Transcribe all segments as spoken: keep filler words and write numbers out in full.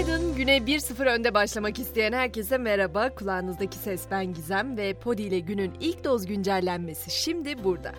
Günaydın. Güne bir sıfır önde başlamak isteyen herkese merhaba. Kulağınızdaki ses ben Gizem ve Podi ile günün ilk doz güncellenmesi şimdi burada.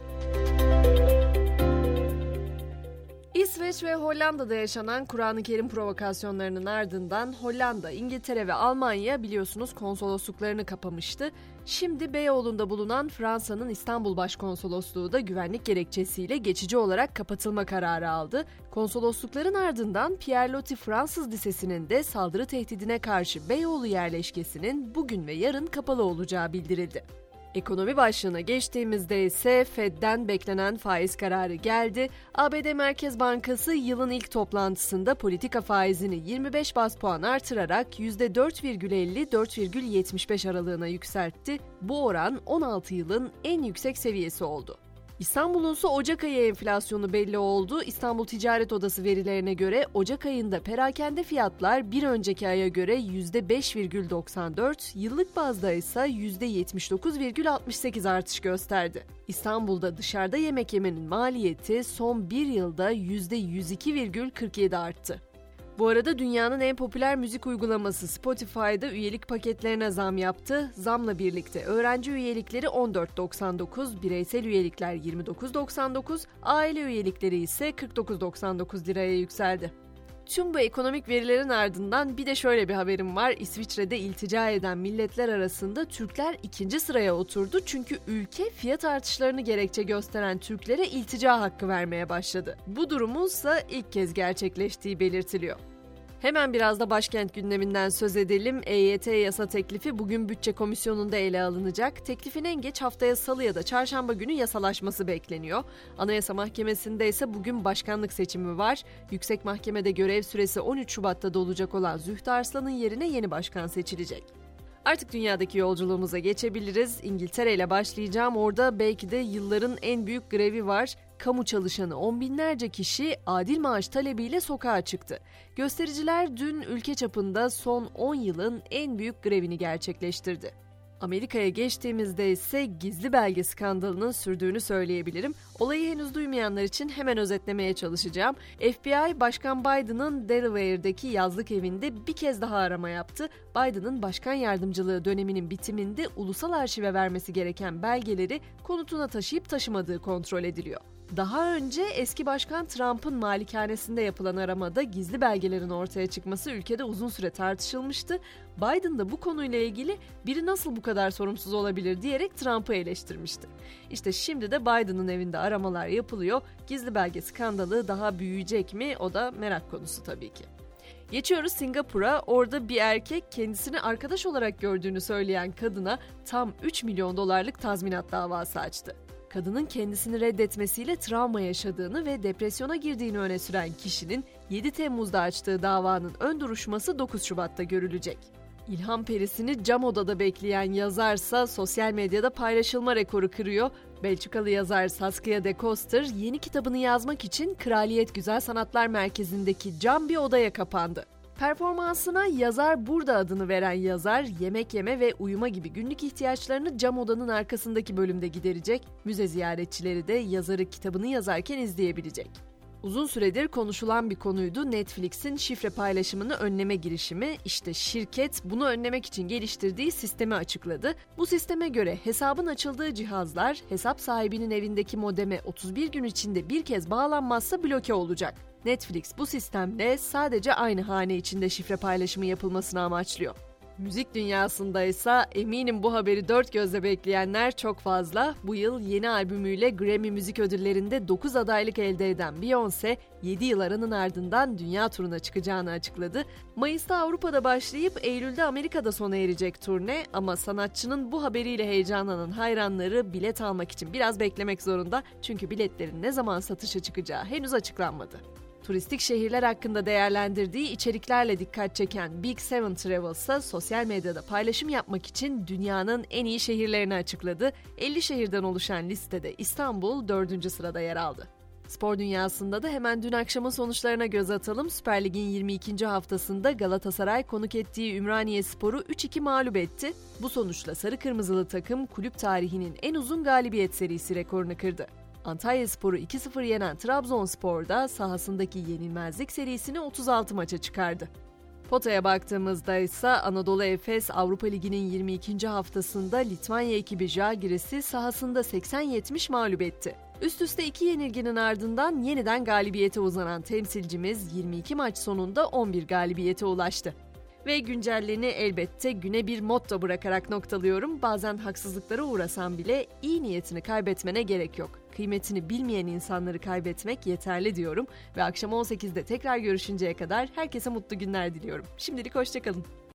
İsveç ve Hollanda'da yaşanan Kur'an-ı Kerim provokasyonlarının ardından Hollanda, İngiltere ve Almanya biliyorsunuz konsolosluklarını kapamıştı. Şimdi Beyoğlu'nda bulunan Fransa'nın İstanbul Başkonsolosluğu da güvenlik gerekçesiyle geçici olarak kapatılma kararı aldı. Konsoloslukların ardından Pierre Loti Fransız Lisesi'nin de saldırı tehdidine karşı Beyoğlu yerleşkesinin bugün ve yarın kapalı olacağı bildirildi. Ekonomi başlığına geçtiğimizde ise Fed'den beklenen faiz kararı geldi. A B D Merkez Bankası yılın ilk toplantısında politika faizini yirmi beş baz puan artırarak yüzde dört virgül elli - dört virgül yetmiş beş aralığına yükseltti. Bu oran on altı yılın en yüksek seviyesi oldu. İstanbul'un ise Ocak ayı enflasyonu belli oldu. İstanbul Ticaret Odası verilerine göre Ocak ayında perakende fiyatlar bir önceki aya göre yüzde beş virgül doksan dört, yıllık bazda ise yüzde yetmiş dokuz virgül altmış sekiz artış gösterdi. İstanbul'da dışarıda yemek yemenin maliyeti son bir yılda yüzde yüz iki virgül kırk yedi arttı. Bu arada dünyanın en popüler müzik uygulaması Spotify'da üyelik paketlerine zam yaptı. Zamla birlikte öğrenci üyelikleri on dört doksan dokuz, bireysel üyelikler yirmi dokuz doksan dokuz, aile üyelikleri ise kırk dokuz doksan dokuz liraya yükseldi. Tüm bu ekonomik verilerin ardından bir de şöyle bir haberim var. İsviçre'de iltica eden milletler arasında Türkler ikinci sıraya oturdu. Çünkü ülke fiyat artışlarını gerekçe gösteren Türklere iltica hakkı vermeye başladı. Bu durumun ise ilk kez gerçekleştiği belirtiliyor. Hemen biraz da başkent gündeminden söz edelim. E Y T yasa teklifi bugün bütçe komisyonunda ele alınacak. Teklifin en geç haftaya salı ya da çarşamba günü yasalaşması bekleniyor. Anayasa Mahkemesi'nde ise bugün başkanlık seçimi var. Yüksek Mahkemede görev süresi on üç Şubat'ta dolacak olan Zühtü Arslan'ın yerine yeni başkan seçilecek. Artık dünyadaki yolculuğumuza geçebiliriz. İngiltere ile başlayacağım. Orada belki de yılların en büyük grevi var. Kamu çalışanı on binlerce kişi adil maaş talebiyle sokağa çıktı. Göstericiler dün ülke çapında son on yılın en büyük grevini gerçekleştirdi. Amerika'ya geçtiğimizde ise gizli belge skandalının sürdüğünü söyleyebilirim. Olayı henüz duymayanlar için hemen özetlemeye çalışacağım. F B I, Başkan Biden'ın Delaware'deki yazlık evinde bir kez daha arama yaptı. Biden'ın başkan yardımcılığı döneminin bitiminde ulusal arşive vermesi gereken belgeleri konutuna taşıyıp taşımadığı kontrol ediliyor. Daha önce eski başkan Trump'ın malikanesinde yapılan aramada gizli belgelerin ortaya çıkması ülkede uzun süre tartışılmıştı. Biden da bu konuyla ilgili biri nasıl bu kadar sorumsuz olabilir diyerek Trump'ı eleştirmişti. İşte şimdi de Biden'ın evinde aramalar yapılıyor. Gizli belge skandalı daha büyüyecek mi? O da merak konusu tabii ki. Geçiyoruz Singapur'a. Orada bir erkek kendisini arkadaş olarak gördüğünü söyleyen kadına tam üç milyon dolarlık tazminat davası açtı. Kadının kendisini reddetmesiyle travma yaşadığını ve depresyona girdiğini öne süren kişinin yedi Temmuz'da açtığı davanın ön duruşması dokuz Şubat'ta görülecek. İlham perisini cam odada bekleyen yazarsa sosyal medyada paylaşılma rekoru kırıyor. Belçikalı yazar Saskia de Koster yeni kitabını yazmak için Kraliyet Güzel Sanatlar Merkezi'ndeki cam bir odaya kapandı. Performansına Yazar Burada adını veren yazar, yemek yeme ve uyuma gibi günlük ihtiyaçlarını cam odanın arkasındaki bölümde giderecek. Müze ziyaretçileri de yazarı kitabını yazarken izleyebilecek. Uzun süredir konuşulan bir konuydu Netflix'in şifre paylaşımını önleme girişimi. İşte şirket bunu önlemek için geliştirdiği sistemi açıkladı. Bu sisteme göre hesabın açıldığı cihazlar hesap sahibinin evindeki modeme otuz bir gün içinde bir kez bağlanmazsa bloke olacak. Netflix bu sistemle sadece aynı hane içinde şifre paylaşımı yapılmasını amaçlıyor. Müzik dünyasında ise eminim bu haberi dört gözle bekleyenler çok fazla. Bu yıl yeni albümüyle Grammy Müzik Ödülleri'nde dokuz adaylık elde eden Beyoncé, yedi yıl aranın ardından dünya turuna çıkacağını açıkladı. Mayıs'ta Avrupa'da başlayıp Eylül'de Amerika'da sona erecek turne ama sanatçının bu haberiyle heyecanlanan hayranları bilet almak için biraz beklemek zorunda. Çünkü biletlerin ne zaman satışa çıkacağı henüz açıklanmadı. Turistik şehirler hakkında değerlendirdiği içeriklerle dikkat çeken Big Seven Travel'sa sosyal medyada paylaşım yapmak için dünyanın en iyi şehirlerini açıkladı. elli şehirden oluşan listede İstanbul dördüncü sırada yer aldı. Spor dünyasında da hemen dün akşamın sonuçlarına göz atalım. Süper Lig'in yirmi ikinci haftasında Galatasaray konuk ettiği Ümraniyespor'u üç iki mağlup etti. Bu sonuçla sarı kırmızılı takım kulüp tarihinin en uzun galibiyet serisi rekorunu kırdı. Antalyaspor'u iki sıfır yenen Trabzonspor da sahasındaki yenilmezlik serisini otuz altı maça çıkardı. Potaya baktığımızda ise Anadolu Efes Avrupa Ligi'nin yirmi ikinci haftasında Litvanya ekibi Žalgiris'i sahasında seksen yetmiş mağlup etti. Üst üste iki yenilginin ardından yeniden galibiyete uzanan temsilcimiz yirmi iki maç sonunda on bir galibiyete ulaştı. Ve güncelliğini elbette güne bir motto bırakarak noktalıyorum. Bazen haksızlıklara uğrasan bile iyi niyetini kaybetmene gerek yok. Kıymetini bilmeyen insanları kaybetmek yeterli diyorum. Ve akşam on sekizde tekrar görüşünceye kadar herkese mutlu günler diliyorum. Şimdilik hoşça kalın.